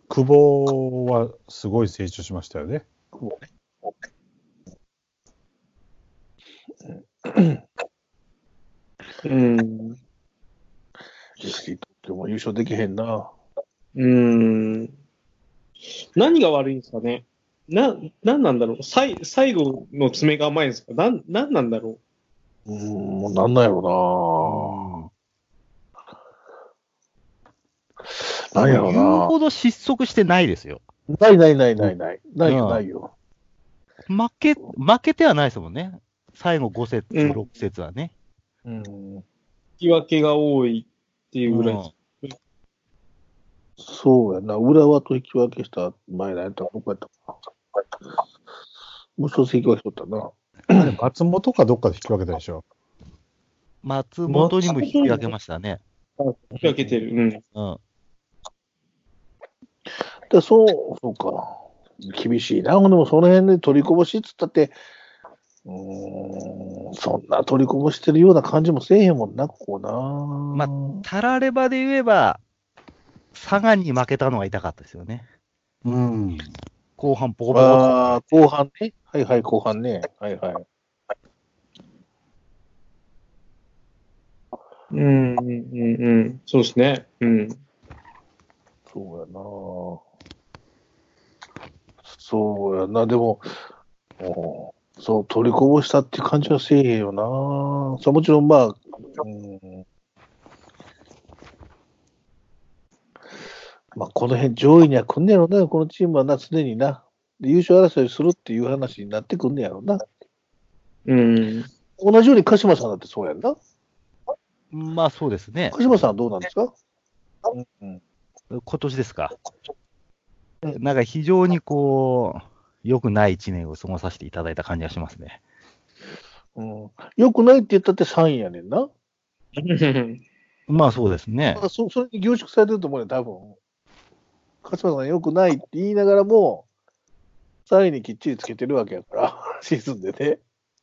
久保はすごい成長しましたよね。 久保ね。東京も優勝できへんな。 何が悪いんですかね。なんなんだろう。最後の爪が甘いんですか。なんなんだろもうなんなんやろな。なんやろ言うほど失速してないですよ。 な。ないよ。 負けてはないですもんね。最後5節、6節はね。 引き分けが多いっていうぐらい。 そうやな。浦和と引き分けした前のやったらどこやったかな。もう一つ引き分けしとったな。 松本かどっかで引き分けたでしょ。 松本にも引き分けましたね。 引き分けてる。 そうか。厳しいな。でもその辺で取りこぼしっつったって、そんな取りこぼしてるような感じもせえへんもんな、ここな。 たらればで言えば、佐賀に負けたのが痛かったですよね。後半ボコボコ。 後半ね。はいはい、後半ね。はいはい。 そうですね。 そうやな。でも、そう、取りこぼしたっていう感じはせえへんよな。もちろんこの辺上位には来んねやろな、このチームはな、常にな。優勝争いするっていう話になってくんねやろな。同じように鹿島さんだってそうやんな。 まあそうですね。 鹿島さんはどうなんですか？ 今年ですか。なんか非常に良くない1年を過ごさせていただいた感じがしますね。 良くないって言ったって3位やねんな。 まあそうですね。 それに凝縮されてると思うよ、多分。鹿島さん良くないって言いながらも、3位にきっちりつけてるわけやから、シーズンでね。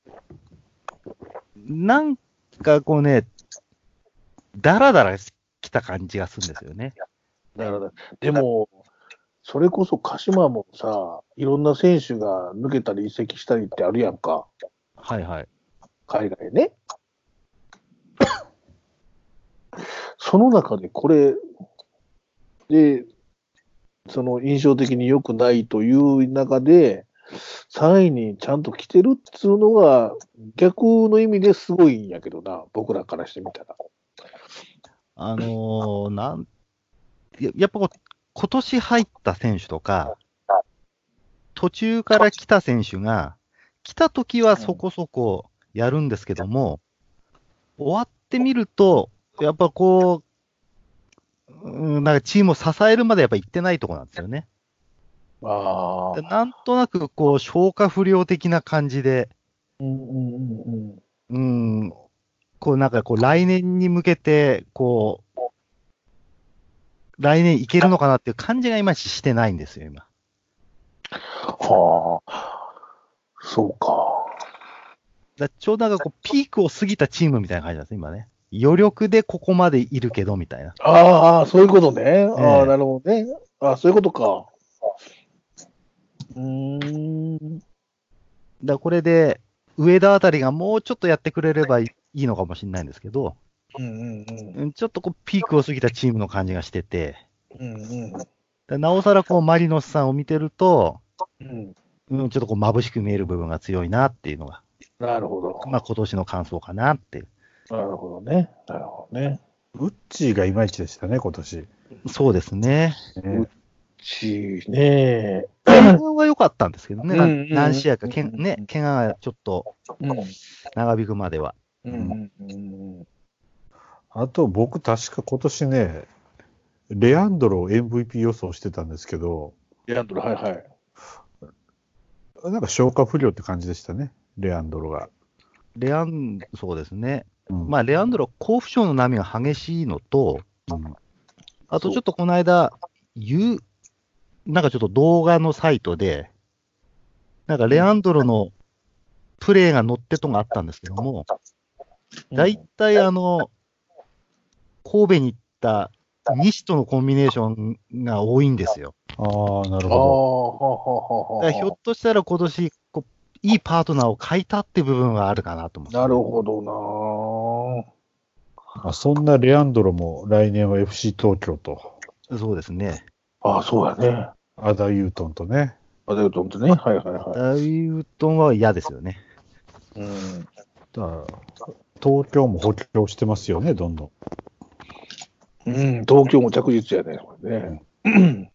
なんかだらだら来た感じがするんですよね。 でも、それこそ鹿島もさ、いろんな選手が抜けたり移籍したりってあるやんか。 はいはい。 海外ね。その中でこれで、その印象的に良くないという中で、3位にちゃんと来てるっつうのが、逆の意味ですごいんやけどな、僕らからしてみたら。 やっぱ今年入った選手とか、途中から来た選手が、来た時はそこそこやるんですけども、終わってみると、やっぱなんかチームを支えるまでやっぱ行ってないとこなんですよね。なんとなく消化不良的な感じで、なんか来年に向けて、来年いけるのかなっていう感じがいまいちしてないんですよ、今。 そうか。 ちょうどなんかピークを過ぎたチームみたいな感じなんです、今ね。余力でここまでいるけど、みたいな。 そういうことね。なるほどね。そういうことか。 これで、上田あたりがもうちょっとやってくれればいいのかもしれないんですけど、ちょっとピークを過ぎたチームの感じがしてて、なおさらマリノスさんを見てると、ちょっと眩しく見える部分が強いなっていうのが、 なるほど。 今年の感想かなっていう。 なるほどね。 ウッチーがいまいちでしたね、今年。 そうですね。 ウッチーね。 前半は良かったんですけどね。何試合か、怪我がちょっと長引くまでは。 あと僕確か今年ね、レアンドロを MVP 予想してたんですけど、 レアンドロ、はいはい。 なんか消化不良って感じでしたね、レアンドロが。 そうですね。まあ、レアンドロ、好不調の波が激しいのと、あとちょっとこの間、なんかちょっと動画のサイトで、なんかレアンドロのプレイが載ってとがあったんですけども、だいたい神戸に行った西とのコンビネーションが多いんですよ。 ああ、なるああ、 ほははははだからひょっとしたら今年いいパートナーを欠いたって部分はあるかなと思って。 なるほどな。 ど。あ、そんなレアンドロも来年は FC 東京と、 そうですね。 ああ、そうやね。 アダ・ユートンとね。 アデルトンってね。はいはいはダウィートンは嫌ですよね。 い。うん。 だから東京も補強してますよね、どんどん。 うん、東京も着実やね、これね。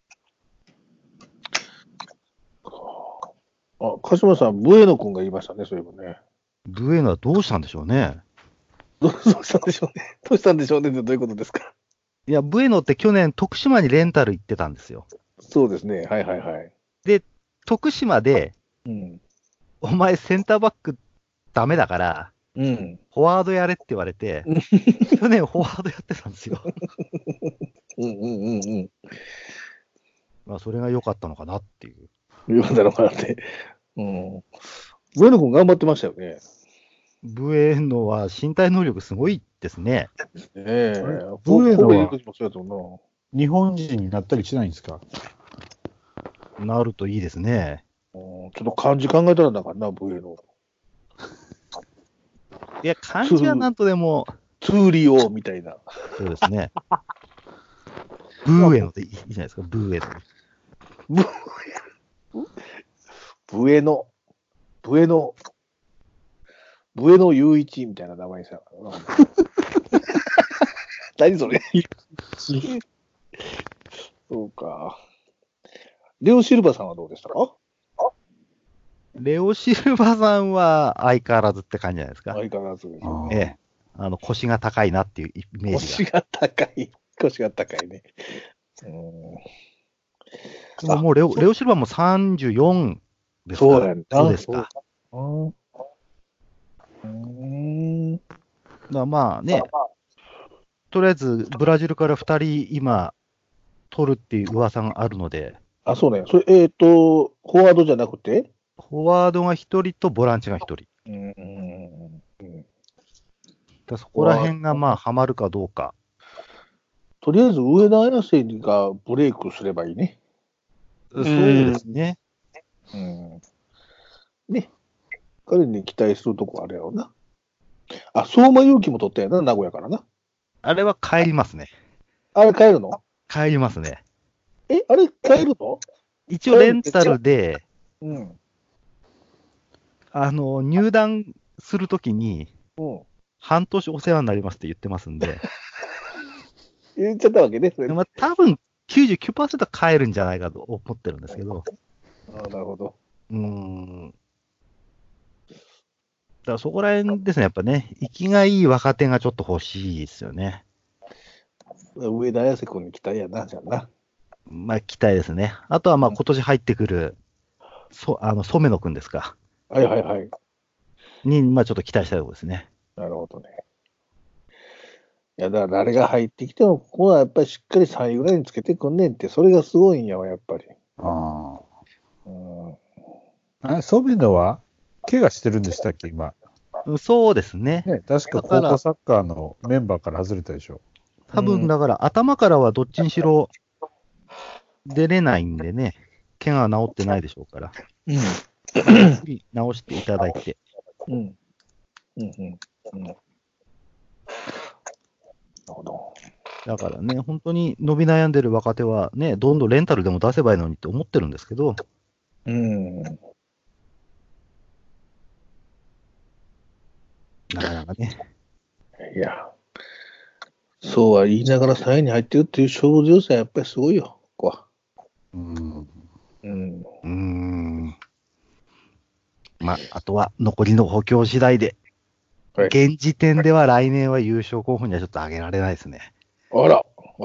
あ、鹿島さん、ブエノ君が言いましたね、そういえばね。 ブエノはどうしたんでしょうね。 どうしたんでしょうね。どうしたんでしょうねってどういうことですか？ いや、ブエノって去年徳島にレンタル行ってたんですよ。 そうですね。はいはいはい。 で、徳島で、 うん。 お前センターバックダメだから、 うん。 フォワードやれって言われて、去年フォワードやってたんですよ。 うんうんうんうん。 まあ、それが良かったのかなっていう。 言うんだろうかなって。うん。ブエノ君頑張ってましたよね。 ブエノは身体能力すごいですね。 ねえ。 ブエノは時もそうやと思日本人になったりしないんですか？ なるといいですね。 うな。うん、ちょっと漢字考えたらなあかんな、ブエノ。 いや、漢字はなんとでも、 ツーリオみたいな。 そうですね。ブエノでいいじゃないですか、ブエノ。 ブエノ。ブエノ。ブエノ雄一みたいな名前にしたからな。何それ。そうか。レオ・シルバさんはどうでしたか？ レオ・シルバさんは相変わらずって感じじゃないですか。 相変わらず。 あーええ。腰が高いなっていうイメージが。 腰が高い。腰が高いね。うんでももうレオシルバも34ですか。 そうやんな。 そうですか。 うん。 だからまあね、とりあえずブラジルから2人今取るっていう噂があるので、 あ、そうね。それ、フォワードじゃなくてフォワードが1人とボランチが1人。だかうん。 らそこら辺がまあハマるかどうか。 とりあえず上田綺世がブレイクすればいいね。 そうですね。 うん。ね。彼に期待するとこあるやろうな。あ、相馬勇紀も取ったやな、名古屋からな。 あれは帰りますね。 あれ帰るの？ 帰りますね。 あれ帰るの？ 一応レンタルで、 うん。 入団するときにうん。 半年お世話になりますって言ってますんで、 言っちゃったわけね、それ。 まあ多分99% 帰るんじゃないかと思ってるんですけど、 あ、なるほど。 だからそこら辺ですね、やっぱね、生きがいい若手がちょっと欲しいですよね。 上田綺世君に期待やな、じゃあな。 まあ、期待ですね。あとはまあ今年入ってくる、染野くんですか。 はいはいはい。 に、まあちょっと期待したいところですね。 なるほどね。いや、だから誰が入ってきても、ここはやっぱりしっかり3位ぐらいにつけてくんねんって、それがすごいんやわ、やっぱり。 あうん。 あ。ソビノは怪我してるんでしたっけ、今。 そうですね。 ね、確か高校サッカーのメンバーから外れたでしょ。 多分だから頭からはどっちにしろ出れないんでね、怪我は治ってないでしょうから、 うん。 治していただいて。 うん。うん。うん。なるほど。 だからね、本当に伸び悩んでる若手はね、どんどんレンタルでも出せばいいのにって思ってるんですけど、 うん。 なかなかね。 いや、そうは言いながら3位に入ってるっていう勝負強さはやっぱりすごいよ、ここは。うん。 まあ、あとは残りの補強次第で、 はい現時点では来年は優勝候補にはちょっと上げられないですね。 あら、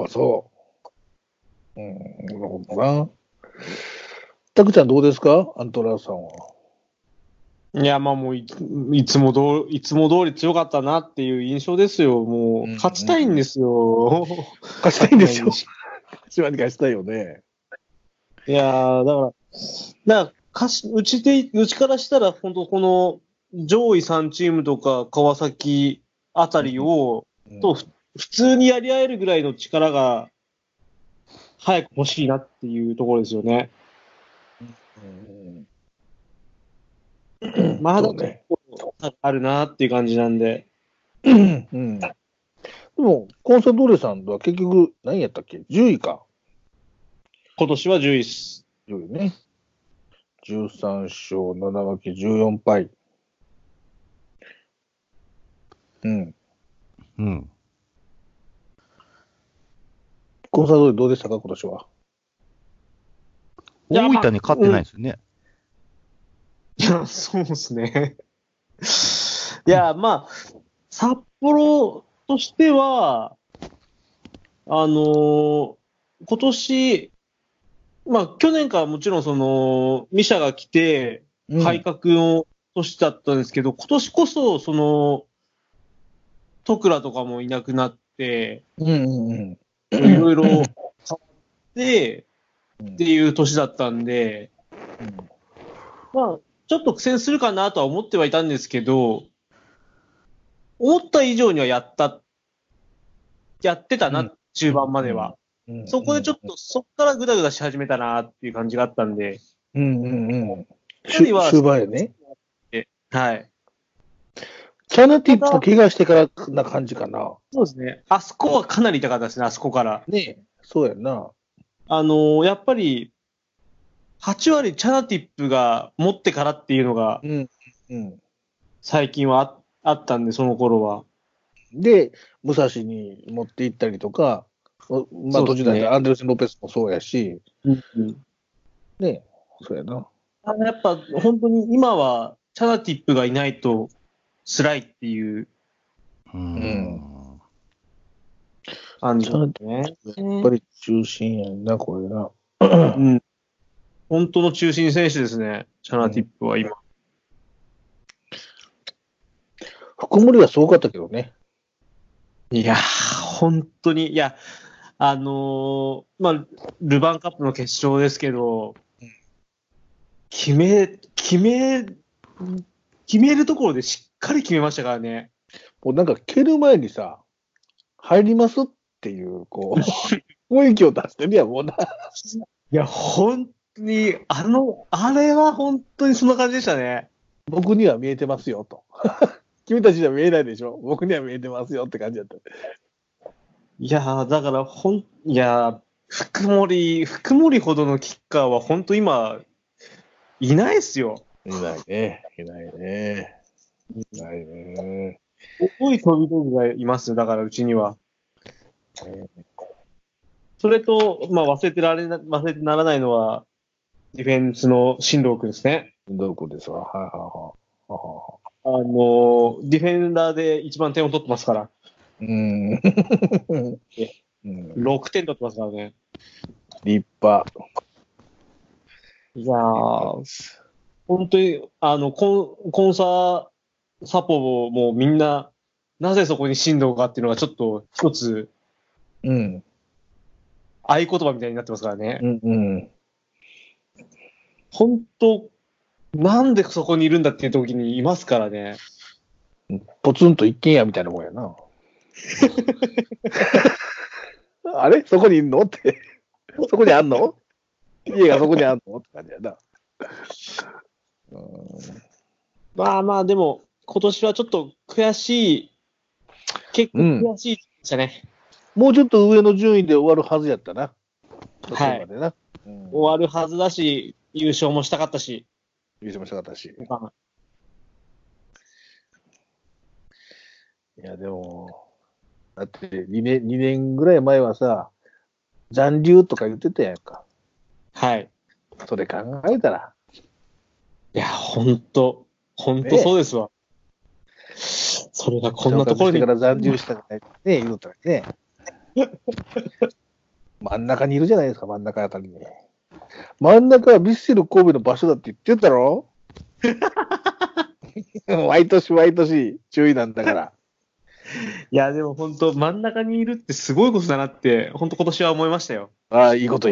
そう。なるほどな。たくちゃんどうですか？アントラーズさんは。 いや、まあもういつも通り強かったなっていう印象ですよ。もう、勝ちたいんですよ。 勝ちたいんですよ。勝ちまで勝ちたいよね。 いやー、だからうちからしたら、本当この上位3チームとか川崎あたりを、普通にやり合えるぐらいの力が早く欲しいなっていうところですよね。まだね、 あるなっていう感じなんで。 うん。でも、コンサドーレさんは結局、何やったっけ ?10 位か。 今年は10位っす。 10位ね。13勝7分け14敗。うん。 うん。 コンサドーレどうでしたか、今年は。 いや大分に勝ってないですよね。 いや、そうですね。いや、まあ、札幌としては、今年、まあ、去年からもちろんミシャが来て、改革の年だったんですけど、今年こそ、戸倉とかもいなくなって、いろいろ変わってっていう年だったんで、まあ、ちょっと苦戦するかなとは思ってはいたんですけど、思った以上にはやってたな、中盤までは。そこでちょっと、そこからグダグダし始めたなっていう感じがあったんで。 終盤やね。 はい。 チャナティップ怪我してからな感じかな。 そうですね。あそこはかなり痛かったですね、あそこから。 ねえ、そうやな。 やっぱり、8割チャナティップが持ってからっていうのが、最近はあったんで、その頃は。 で、武蔵に持って行ったりとか、まあ途中でアンデルセン・ロペスもそうやし、ねえ、そうやな。 やっぱ本当に今はチャナティップがいないと辛いっていう感じですね。 やっぱり中心やんな、これな。 本当の中心選手ですね、チャナティップは今。 福森はすごかったけどね。 いやー、本当に、いや、まあ、ルヴァンカップの決勝ですけど、決めるところでしっかり決めましたからね。 もうなんか蹴る前にさ、入りますっていう、こう、雰囲気を出してるやん、もうな。 いや、本当に、あれは本当にそんな感じでしたね。 僕には見えてますよ、と。君たちには見えないでしょ、僕には見えてますよって感じだった。 いやー、だからいやー、福森ほどのキッカーは本当今、いないっすよ。 いないね。いないね。 すごい飛び道具がいますよ、だからうちには。それと、まあ忘れてならないのは、ディフェンスの進藤君ですね。 進藤君ですわ。 ディフェンダーで一番点を取ってますから。 6 点取ってますからね。 立派。 いやー、本当に、コンサポもみんな、なぜそこに進藤がっていうのがちょっと一つ、合言葉みたいになってますからね。本当、なんでそこにいるんだっていう時にいますからね。 ポツンと一軒家みたいなもんやな。あれそこにいんのって。そこにあんの家がそこにあんのって感じやな。 まあまあ、でも、今年はちょっと悔しい、結構悔しいでしたね。 もうちょっと上の順位で終わるはずやったな。 はい。終わるはずだし、優勝もしたかったし。 優勝もしたかったし。いや、でも、だって2年ぐらい前はさ、残留とか言ってたやんか。 はい。 それ考えたら。 いや、ほんとそうですわ。それがこんなところに。 から残留したからね、言うたらね。真ん中にいるじゃないですか、真ん中あたりに。真ん中はヴィッセル神戸の場所だって言ってたろ毎年注意なんだから。 いや、でも本当真ん中にいるってすごいことだなって、本当今年は思いましたよ。 ああ、いいこと。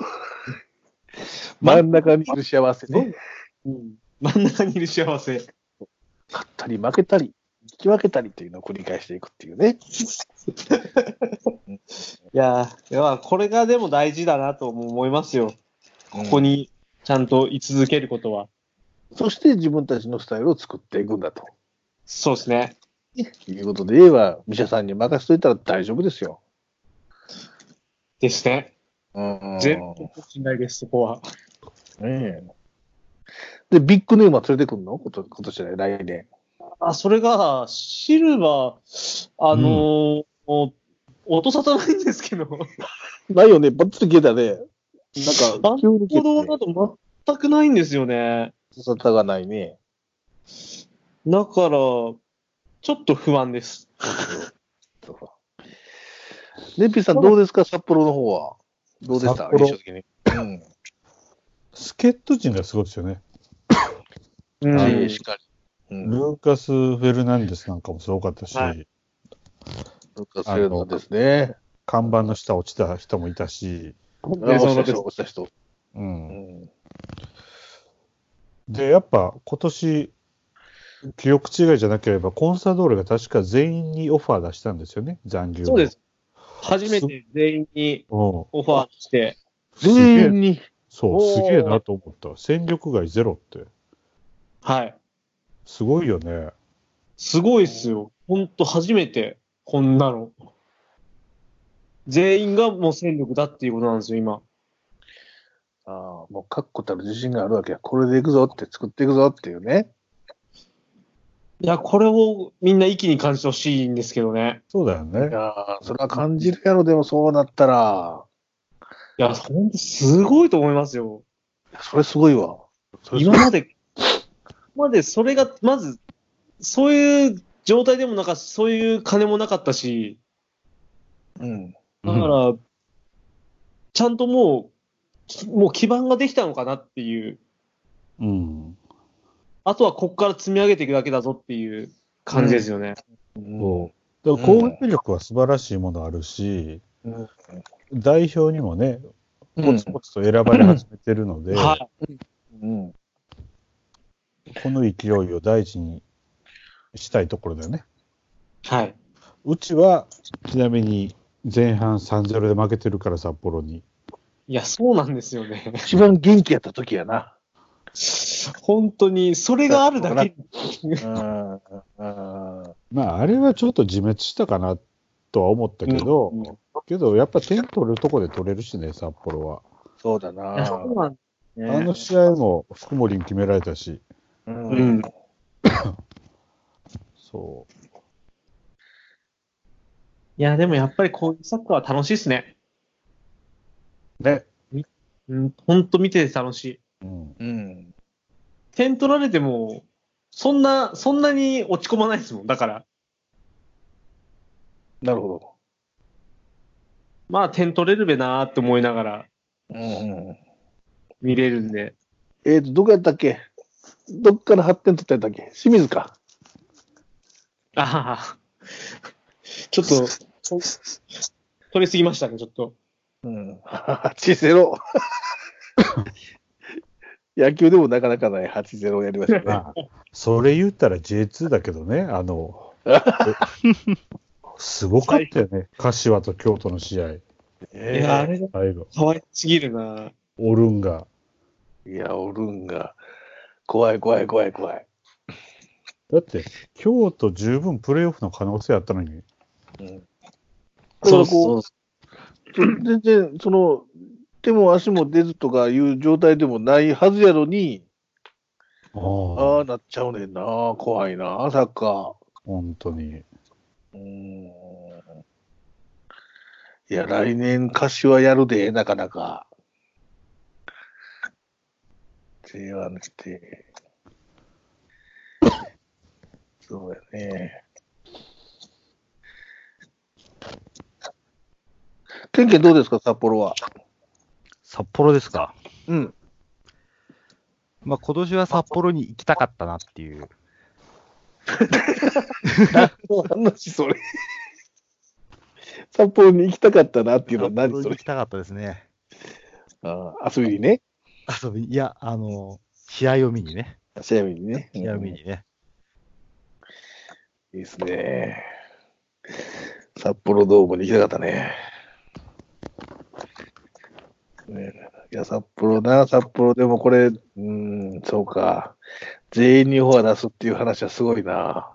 真ん中にいる幸せね。 真ん中にいる幸せ。 勝ったり負けたり。 引き分けたりというのを繰り返していくっていうね。 いや、これがでも大事だなと思いますよ。ここにちゃんと居続けることは。 そして自分たちのスタイルを作っていくんだと。 そうですね。 いうことで言えば、ミシャさんに任せといたら大丈夫ですよ。 ですね。 うん。 全部信頼です、そこは。 ねえ。で、ビッグネームは連れてくるの今年ね、来年。 それが、シルバー、音沙汰ないんですけど。 ないよね、ばっつり消えたね。なんか、急に消え報道て、ね。 だと全くないんですよね。 沙汰がないね。 だから、ちょっと不安です。 ネッピーさんどうですか、札幌の方は。どうでした札幌印象的に。うん。 助っ人陣がすごいですよね。 しっかり。 ルーカス・フェルナンデスなんかもすごかったし、 はいルーカス・フェルナンデスね。 看板の下落ちた人もいたし、 落ちた人。 で、やっぱ今年、記憶違いじゃなければ、コンサドーレが確か全員にオファー出したんですよね、残留の。 そうです。初めて全員にオファーして。 全員に。 そう、すげえなと思った。戦力外ゼロって。 はい。 すごいよね。 すごいっすよ。ほんと初めて、こんなの。全員がもう戦力だっていうことなんですよ、今。 もう確固たる自信があるわけや。これでいくぞって、作っていくぞっていうね。 いや、これをみんな一気に感じてほしいんですけどね。 そうだよね。 それは感じるやろ、でもそうなったら。 いや、ほんとすごいと思いますよ。 それすごいわ。 今までそれが、まず、そういう状態でもそういう金もなかったし、 うん。 だから、ちゃんともう基盤ができたのかなっていう。 うん。 あとはここから積み上げていくだけだぞっていう感じですよね。 そう。だから攻撃力は素晴らしいものあるし、代表にもね、ポツポツと選ばれ始めてるので、この勢いを大事にしたいところだよね。 はい。 うちは、ちなみに前半 3-0 で負けてるから、札幌に。 いや、そうなんですよね。 一番元気やった時やな。 本当に、それがあるだけ。 まあ、あれはちょっと自滅したかなとは思ったけど、やっぱ点取るとこで取れるしね、札幌は。 そうだな。 あの試合も福森に決められたし。そう。 いや、でもやっぱりこういうサッカーは楽しいですね。 ね。 ほんと見てて楽しい。点取られても、そんなに落ち込まないですもん、だから。 なるほど。 まあ、点取れるべなーって思いながら、見れるんで。 どこやったっけ？どっから8点取ったんだっけ？清水か。 ちょっと、取りすぎましたね、ちょっと。 8-0。野球でもなかなかない 8-0 やりましたね。 それ言ったら J2 だけどね、すごかったよね、柏と京都の試合。 いや、あれが可愛すぎるな。 オルンガ。 いや、オルンガ。怖い。 だって、京都十分プレーオフの可能性あったのに。 そう。全然、手も足も出ずとかいう状態でもないはずやのに、なっちゃうねんな。怖いな、サッカー。 本当に。 いや、来年、柏やるで、なかなか。J1 って。そうやね。天気どうですか、札幌は。 札幌ですか。 まあ、今年は札幌に行きたかったなっていう。 何の話それ。札幌に行きたかったなっていうのは何それ。 行きたかったですね。 遊びにね。 いや、試合を見にね。 試合を見にね。 試合を見にね。 いいですね。札幌ドームに行きたかったね。いや、札幌でもこれ、そうか。全員にフォア出すっていう話はすごいな。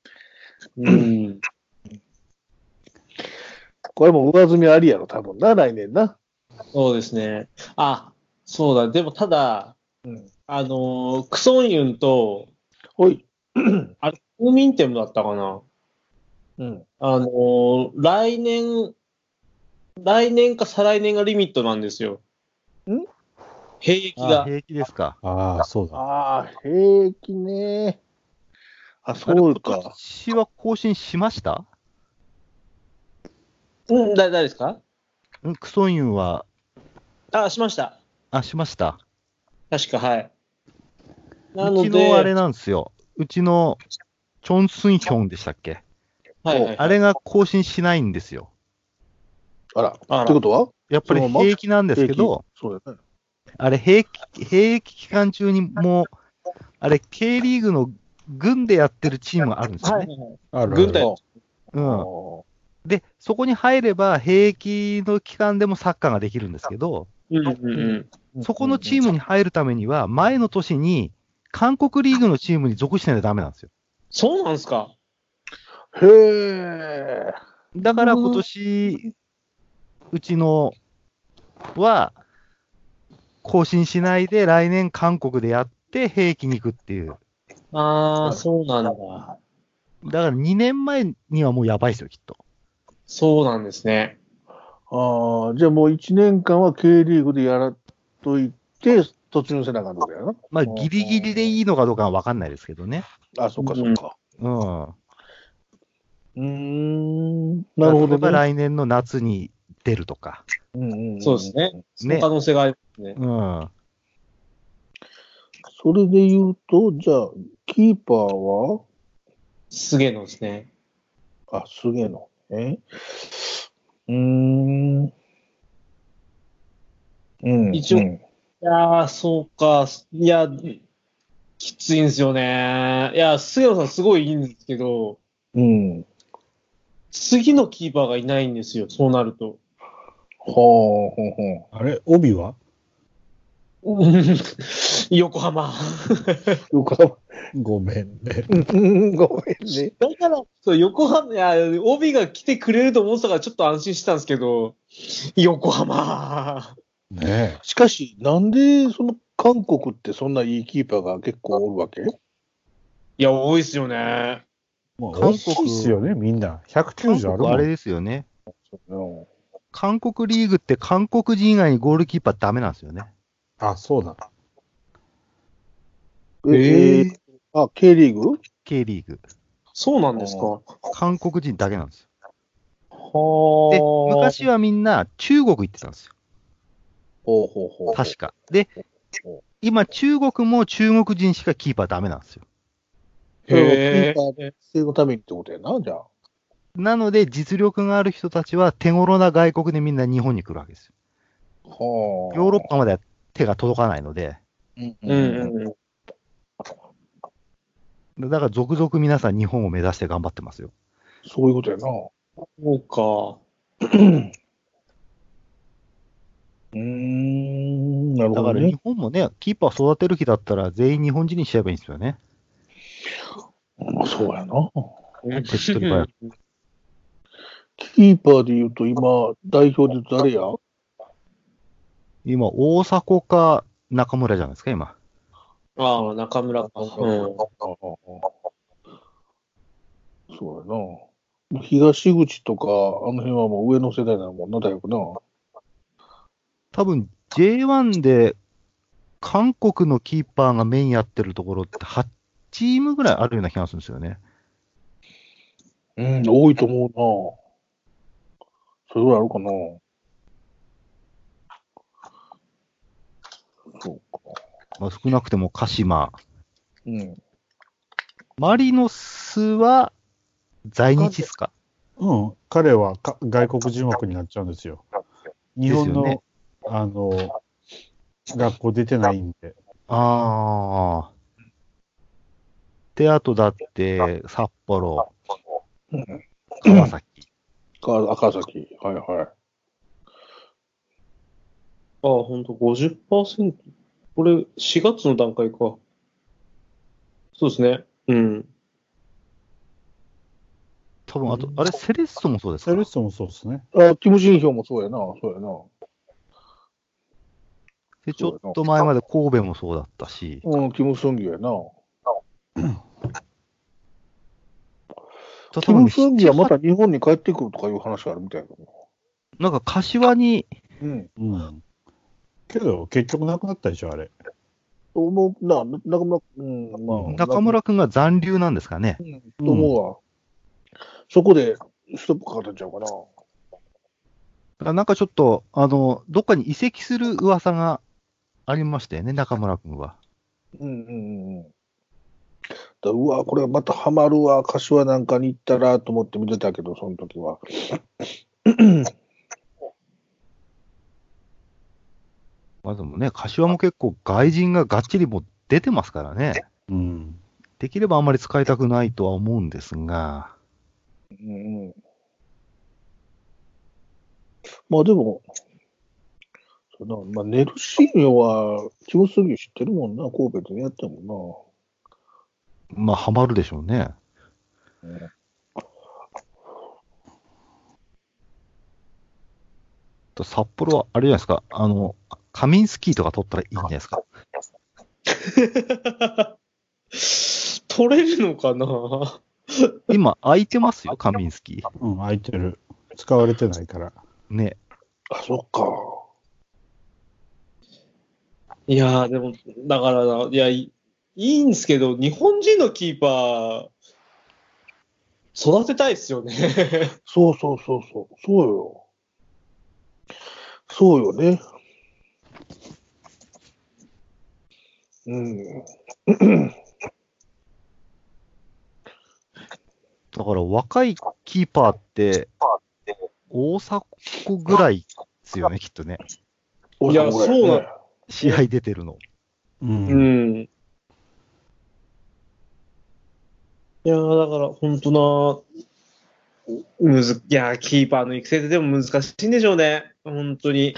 これも上積みありやろ、多分な、来年な。 そうですね。あ、そうだ。でもただ、クソンユンと、 ほい。 あれ、公民店だったかな。来年か再来年がリミットなんですよ。兵役が。 兵役ですか。 ああ、そうだ。 ああ、兵役ね。あ、そうか。 今年は更新しました？ 誰ですか？ クソンユンは。 しました。 しました。 確か、はい。 うちのあれなんですよ。うちのチョン・スンヒョンでしたっけ？あれが更新しないんですよ。 あら。ってことはやっぱり兵役なんですけど、 そうだね。あれ兵役期間中にもう、あれ、K リーグの軍でやってるチームがあるんですよね。 軍隊。 で、そこに入れば、兵役の期間でもサッカーができるんですけど、そこのチームに入るためには、前の年に韓国リーグのチームに属してないとダメなんですよ。 そうなんですか？ へえ。 だから今年、うちのは、更新しないで来年韓国でやって兵役に行くっていう。 そうなんだ。 だから2年前にはもうやばいですよ、きっと。 そうなんですね。 じゃあもう1年間は K リーグでやらといて、突入せなあかんのやな。 ギリギリでいいのかどうかは分かんないですけどね。 そっかそっか。なるほどね。 来年の夏に出るとか。 そうですね。その可能性がありますね。 それで言うと、じゃあ、キーパーは菅野ですね。 菅野ね。 一応、いやそうか。いや、きついんですよね。いや、菅野さんすごいいいんですけど、次のキーパーがいないんですよ、そうなると。 あれ、帯は横浜。 ごめんね。 ごめんね。 だから、横浜、いや、帯が来てくれると思ってたからちょっと安心したんですけど、横浜。 ねしかし、なんで、韓国ってそんないいキーパーが結構おるわけ？ いや、多いですよね。 韓国っすよね、みんな。190あるもん。 あれですよね。韓国リーグって韓国人以外にゴールキーパーダメなんですよね。 そうだ。 K リーグ？ K リーグ。 そうなんですか。 韓国人だけなんですよ。で、昔はみんな中国行ってたんですよ。確か。で、今中国も中国人しかキーパーダメなんですよ。 キーパー制のためにってことやな、じゃあ。 なので、実力がある人たちは手頃な外国でみんな日本に来るわけですよ。ヨーロッパまでは手が届かないので。だから続々皆さん日本を目指して頑張ってますよ。 そういうことやな。 そうか。 なるほどね。 だから日本もね、キーパー育てる気だったら全員日本人にしちゃえばいいんですよね。 そうやな。 手っ取り早く。 キーパーで言うと今、代表で誰や？ 今、大迫か中村じゃないですか、今。 中村か。 そうやな。東口とか、あの辺はもう上の世代なもんな、だいぶな。 多分 J1 で韓国のキーパーがメインやってるところって8チームぐらいあるような気がするんですよね。 多いと思うな。それぐらいあるかな。そうか。 少なくても鹿島。マリノスは在日ですか？ 彼は外国人枠になっちゃうんですよ。日本の、学校出てないんで。 で、あとだって、札幌。 川崎。 赤崎。はいはい。 ああ、ほんと 50%。これ、4月の段階か。そうですね。うん。 多分、あと、あれ、セレッソもそうですか？ セレッソもそうですね。 キム・ジンヒョンもそうやな。そうやな。 で、ちょっと前まで神戸もそうだったし。 キム・スンギやな。 多キム・分ね、 スンギはまた日本に帰ってくるとかいう話があるみたいだな。 なんか柏に、 うん。けど、結局なくなったでしょ、あれ。 思うな、 中村くんが残留なんですかね。 と思うわ。そこでストップかかったんちゃうかな。 なんかちょっと、どっかに移籍する噂がありましたよね、中村くんは。 うわ、これまたハマるわ、柏なんかに行ったらと思って見てたけど、その時は。 まあでもね、柏も結構外人ががっちりもう出てますからね。できればあんまり使いたくないとは思うんですが。 まあでも、ネルシーニョは、キム・スンギ知ってるもんな、神戸でやったもまあ、ハマるでしょうね。札幌は、あれじゃないですか、カミンスキーとか取ったらいいんじゃないですか。 取れるのかな。 今、空いてますよ、カミンスキー。 空いてる。使われてないから。 ね。 そっか。 いやー、でも、だからな、いや、いいんですけど、日本人のキーパー、育てたいですよね。 そうそう。そうよ。そうよね。 だから若いキーパーって、大迫ぐらいですよね、きっとね。 いや、そうなん試合出てるの。 いやー、だから、本当いや、キーパーの育成ってでも難しいんでしょうね。本当に。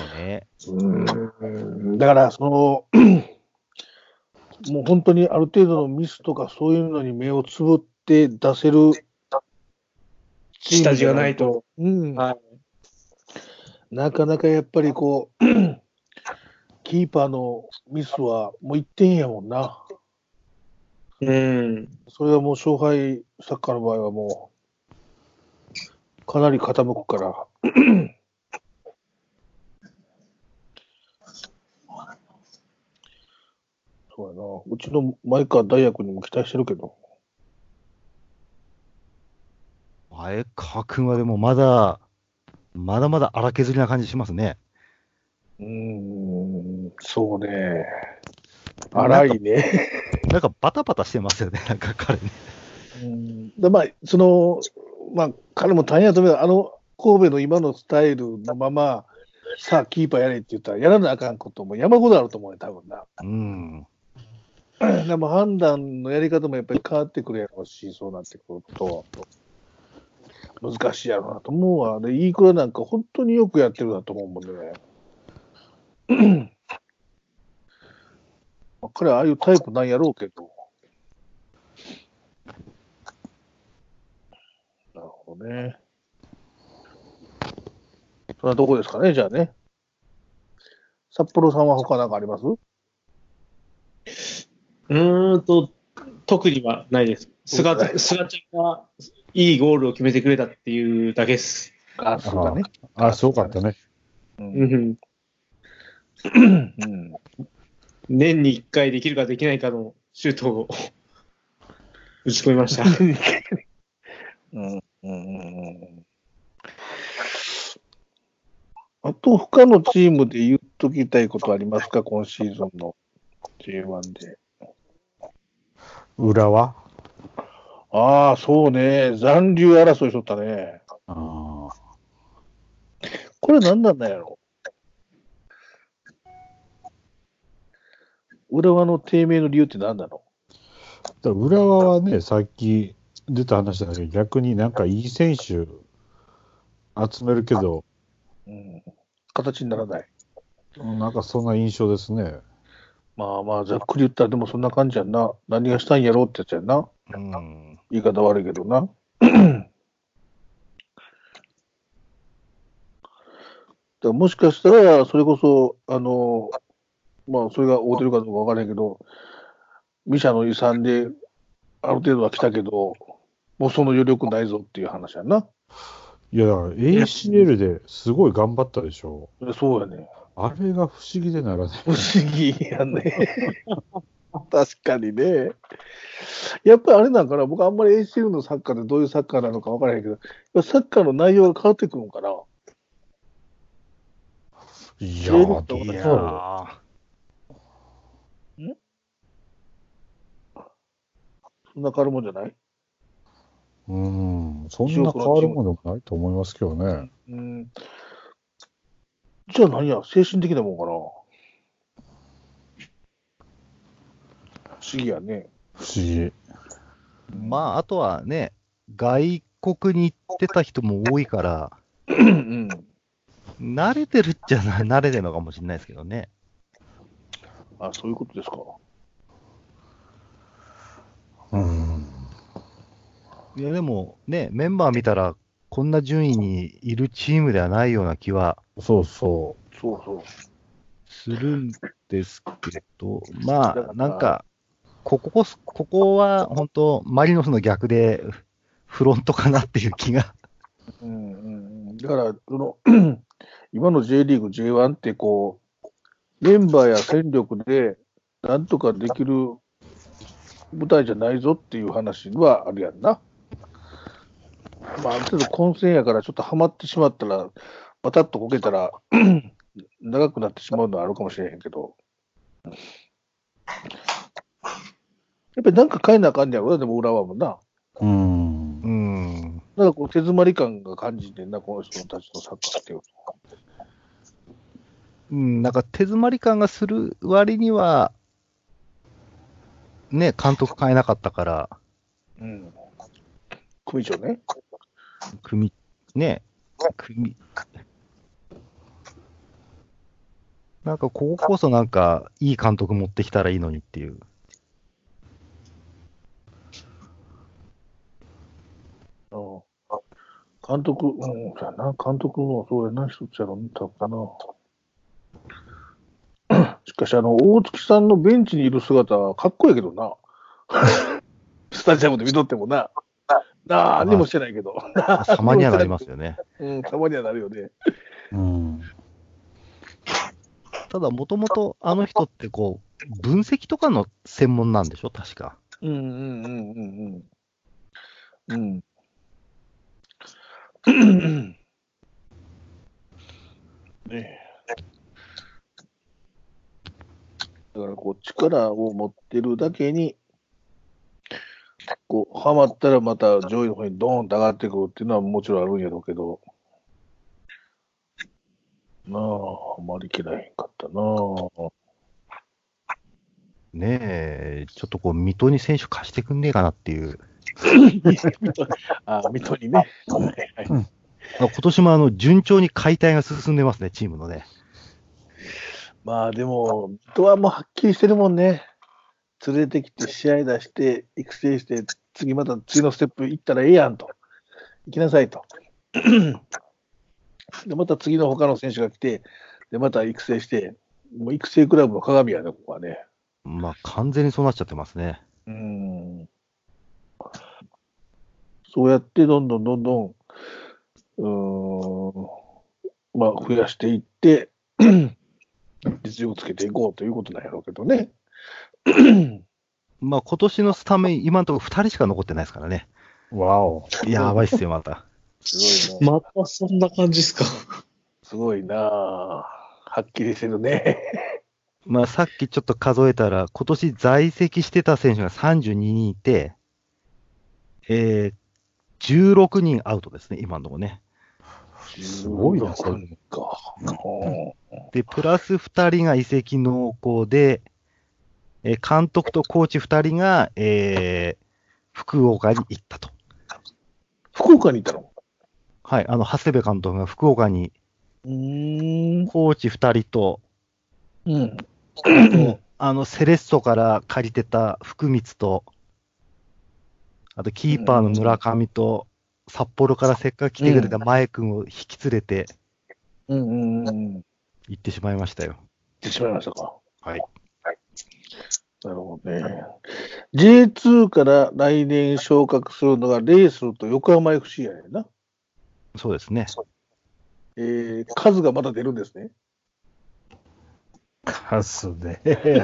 だから、もう本当にある程度のミスとかそういうのに目をつぶって出せる下地がないと。 なかなかやっぱりキーパーのミスはもう1点やもんな。それはもう勝敗、サッカーの場合はもう、かなり傾くから。そうやな。うちの前川大也君にも期待してるけど。 前川くんはでもまだまだ荒削りな感じしますね。 そうね。荒いね。 なんかバタバタしてますよね、なんか彼ね。 彼も大変やと思うよ。神戸の今のスタイルのまま、さあ、キーパーやれって言ったら、やらなあかんことも山ほどあると思うよ、多分な。でも判断のやり方もやっぱり変わってくるやろうし、そうなってくると、難しいやろうなと思うわ。で、イークラなんか本当によくやってるなと思うもんね。彼はああいうタイプなんやろうけど。なるほどね。それはどこですかね、じゃあね。札幌さんは他なんかあります？ 特にはないです。菅ちゃんがいいゴールを決めてくれたっていうだけです。 そうだね。 すごかったね。 年に1回できるかできないかのシュートを打ち込みました。 あと、他のチームで言っときたいことありますか、今シーズンの J1 で。 浦和？ ああ、そうね。残留争いしとったね。これ何なんだやろ。浦和の低迷の理由って何なの？ 浦和はね、さっき出た話だけど、逆になんかいい選手集めるけど、 形にならない。 なんかそんな印象ですね。 まあまあ、ざっくり言ったらでもそんな感じやんな。何がしたいんやろうってやつやんな。言い方悪いけどな。だもしかしたら、それこそ、まあ、それが合うてるかどうかわからないけど、ミシャの遺産で、ある程度は来たけど、もうその余力ないぞっていう話やな。 いや、だから ACL ですごい頑張ったでしょ。 そうやね。 あれが不思議でならない。 不思議やね。確かにね。やっぱりあれなんかな、僕あんまり ACL のサッカーでどういうサッカーなのかわからないけど、サッカーの内容が変わってくるのかな。 いやー、どういやだろそんな変わるもんじゃない？ う。そんな変わるものもないと思いますけどね。 じゃあ何や、精神的なもんかな。不思議やね。 不思議。 まあ、あとはね、外国に行ってた人も多いから、慣れてるっちゃ慣れてるのかもしれないですけどね。 あ、そういうことですか。 いや、でもね、メンバー見たら、こんな順位にいるチームではないような気はそうそするんですけど、まあ、なんか、ここは本当、マリノスの逆で、フロントかなっていう気が。 だから、今の J リーグ J1 ってこう、メンバーや戦力でなんとかできる舞台じゃないぞっていう話はあるやんな。まあ、ある程度混戦やからちょっとハマってしまったら、バタッとこけたら長くなってしまうのはあるかもしれへんけど。やっぱりなんか変えなあかんねやろな、でも浦和もな。なんかこう手詰まり感が感じてんな、この人たちのサッカーっていう。 なんか手詰まり感がする割には、ね、監督変えなかったから。 組長ね。 なんかこここそなんかいい監督持ってきたらいいのにっていう。 監督、監督もそうやな、一つやろ、見たかな。しかし、大月さんのベンチにいる姿はかっこいいけどな。スタジアムで見とってもな。何もしてないけど。 たまにはなりますよね。 たまにはなるよね。 ただ、もともとあの人ってこう、分析とかの専門なんでしょ、確か。 ねだからこう力を持ってるだけに、こうハマったらまた上位の方にドーンと上がってくるっていうのはもちろんあるんやろうけど、あまりいけないかったな。 ねえ、ちょっとこう、水戸に選手貸してくんねえかなっていう。 水戸にね。 今年も順調に解体が進んでますね、チームのね。 まあでも、水戸はもうはっきりしてるもんね。連れてきて試合出して、育成して、また次のステップ行ったらええやんと。行きなさいと。で、また次の他の選手が来て、で、また育成して、もう育成クラブの鏡やね、ここはね。 まあ、完全にそうなっちゃってますね。 そうやってどんどんまあ、増やしていって、実力つけていこうということなんやろうけどね。 まあ、今年のスタメン、今のところ2人しか残ってないですからね。 わお。 やばいっすよ、また。 すごいな。またそんな感じっすか。 すごいなはっきりしてるね。 まあ、さっきちょっと数えたら、今年在籍してた選手が32人いて、16人アウトですね、今のところね。 すごいな、それか。 で、プラス2人が移籍濃厚で、監督とコーチ2人が、福岡に行ったと。 福岡にいたの？ はい、長谷部監督が福岡に、コーチ2人と、あと、セレッソから借りてた福光と、あと、キーパーの村上と、札幌からせっかく来てくれた前君を引き連れて、行ってしまいましたよ。 行ってしまいましたか。 はい。 なるほどね。J2 から来年昇格するのがレイソルと横浜 FC やねんな。 そうですね。 数がまだ出るんですね。 数ね。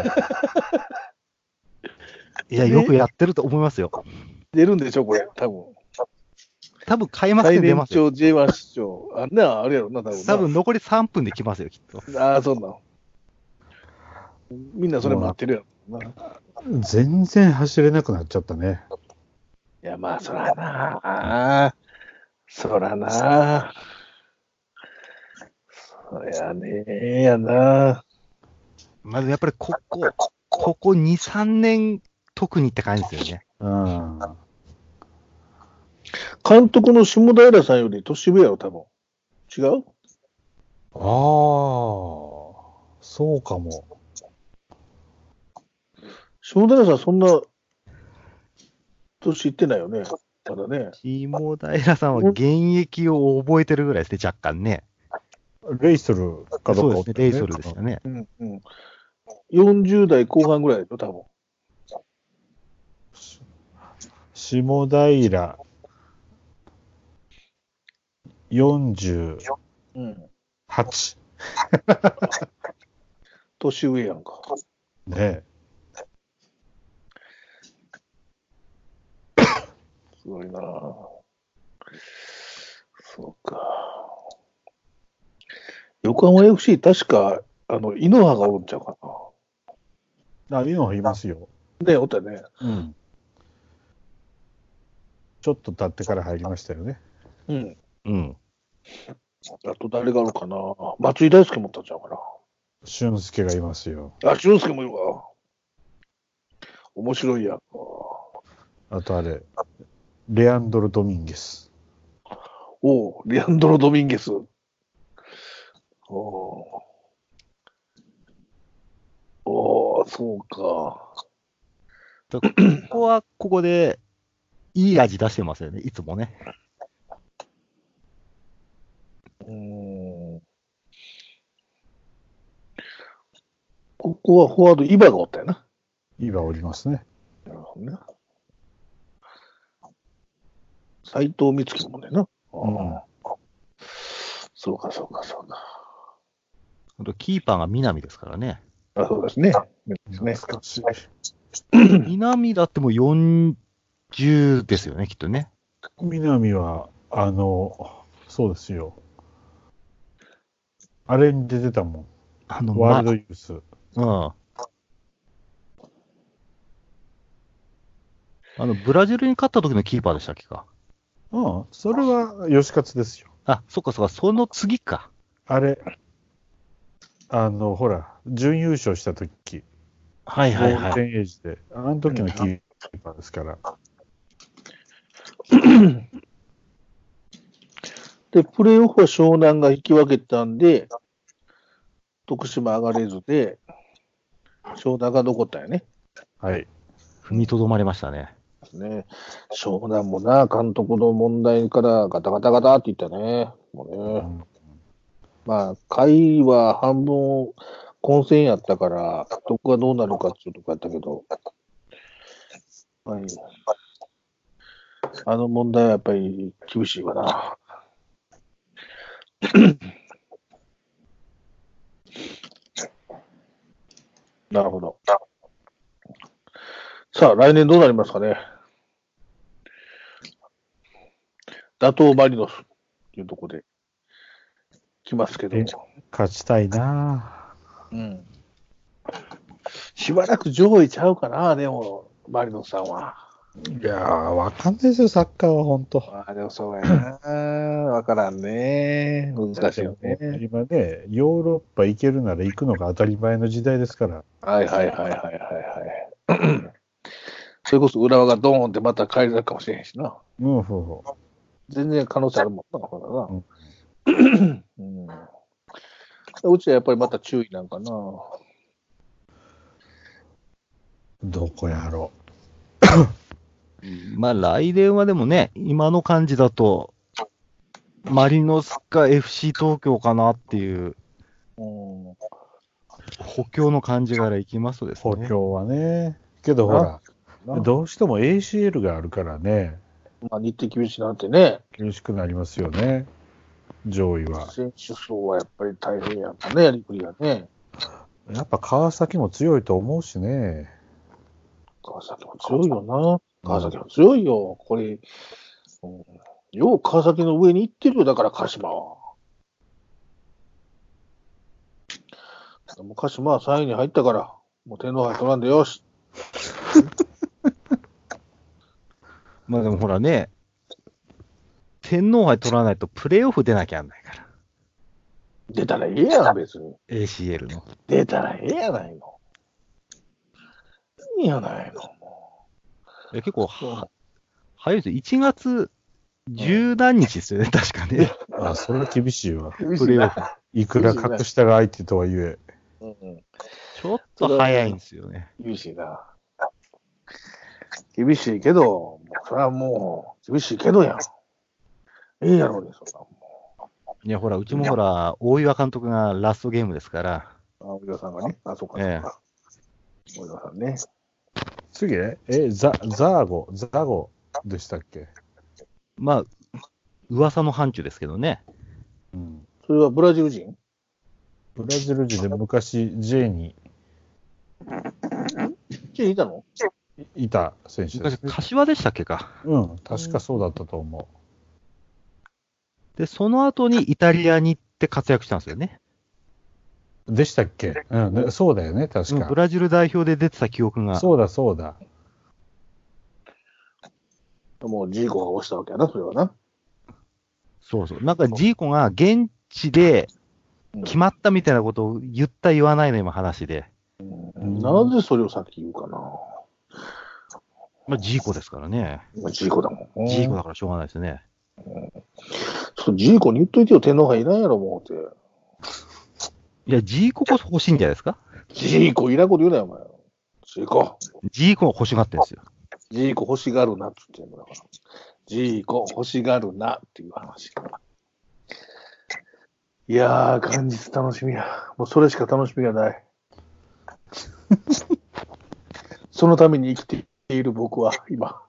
いや、よくやってると思いますよ。 出るんでしょ、これ、 多分開幕戦出ますよ。 最年長 J1 出場。あれやろな、 多分残り3分で来ますよ、きっと。 ああ、そうなの。みんなそれ待ってるやろな。全然走れなくなっちゃったね。 いや、まあ、そらな。そやねやな。 まずやっぱりここ2、3年、特にって感じですよね。 監督の下平さんより年上やろ、多分。違う？ ああ、そうかも。 下平さん、そんな年いってないよね。まだね。 下平さんは現役を覚えてるぐらいですね、若干ね。 レイソルかどうか、 そうですね、レイソルですよね。 40代後半ぐらいでしょ、多分。 下平、48。 年上やんか。 ねえ。 すごいなぁ。そうか。横浜 FC、確か、井ノ原がおるんちゃうかな。 井ノ原いますよ。 ね、おったね。 ちょっと経ってから入りましたよね。 あと誰があるかな。松井大輔もおったんちゃうかな。 俊介がいますよ。 俊介もいるわ。面白いやん。 あとあれ、レアンドロ・ドミンゲス。 レアンドロ・ドミンゲス。そうか。 ここはここで、いい味出してますよね、いつもね。 ここはフォワード、イバがおったよな。 イバおりますね。 なるほどね。斎藤光樹もねな。そうか。 あとキーパーが南ですからね。 そうですね。 南だってもう40ですよね、きっとね。 南は、そうですよ。あれに出てたもん。ワールドユース。 ブラジルに勝った時のキーパーでしたっけか。 それは吉勝ですよ。 そっか、その次か。 あれ、ほら、準優勝した時。ゴールデンエイジで。あの時のキーパーですから。 で、プレーオフは湘南が引き分けたんで、徳島上がれずで、湘南が残ったよね。 はい。 踏みとどまりましたね。 湘南もな、監督の問題からガタガタガタっていったね。もうね。まあ、回は半分混戦やったから、どこがどうなるかっていうとこやったけど、はい。あの問題はやっぱり厳しいわな。なるほど。さあ、来年どうなりますかね。打倒マリノスっていうところで来ますけど。 勝ちたいなぁ。 しばらく上位ちゃうかな、でも、マリノスさんは。 いやー、わかんないですよ、サッカーは、ほんと。 でもそうやな。わからんね。難しいよね。 今ね、ヨーロッパ行けるなら行くのが当たり前の時代ですから。 はい。それこそ浦和がドーンってまた帰れるかもしれへんしな。 全然可能性あるもんな、ほらな。うちはやっぱりまた注意なんかな。 どこやろまあ、来年はでもね、今の感じだと、マリノスか FC 東京かなっていう、補強の感じからいきますとですね。 補強はね。けどほら、どうしても ACL があるからね。 まあ、日程厳しいなんてね。 厳しくなりますよね。上位は。 選手層はやっぱり大変やったね、やりくりがね。 やっぱ川崎も強いと思うしね。 川崎も強いよな。川崎も強いよ。これ、よう川崎の上に行ってるよ、だから鹿島は。もう鹿島は3位に入ったから、もう天皇杯取らんでよし。 まあでもほらね、天皇杯取らないとプレーオフ出なきゃなんないから。 出たらええやん、別に。 ACL の。 出たらええやないの。いいやないの。 結構早いですよ。1月十何日ですよね、確かね。 あ、それは厳しいわ。 厳しいな。 いくら格下が相手とはいえ。 ちょっと早いんですよね。 厳しいな。厳しいけど、それはもう、厳しいけどやん。ええやろうね、そんなもいや、ほら、うちもほら、大岩監督がラストゲームですから。 大岩さんがね。あ、そうか、そうか。大岩さんね。 次ザーゴでしたっけ？ まあ、噂の範疇ですけどね。 それはブラジル人？ ブラジル人で昔 J に。 J にいたの？ いた選手です、 ね。柏でしたっけか。 確かそうだったと思う。で、その後にイタリアに行って活躍したんですよね。 でしたっけ？そうだよね、確か。 ブラジル代表で出てた記憶が。 そうだ。 もうジーコが押したわけやな、それはな。そう。 なんかジーコが現地で決まったみたいなことを言った言わないの今話で。 なぜそれをさっき言うかな。 まあ、ジーコですからね。 ジーコだもん。 ジーコだからしょうがないですね。 ジーコに言っといてよ、天皇杯いらんやろ、もうって。 いや、ジーコこそ欲しいんじゃないですか？ ジーコいらんこと言うなよ、お前。ジーコ。 ジーコが欲しがってんですよ。 ジーコ欲しがるなって言ってんのだから。ジーコ欲しがるなっていう話。いやー、元日楽しみや。もうそれしか楽しみがない。そのために生きている僕は、今。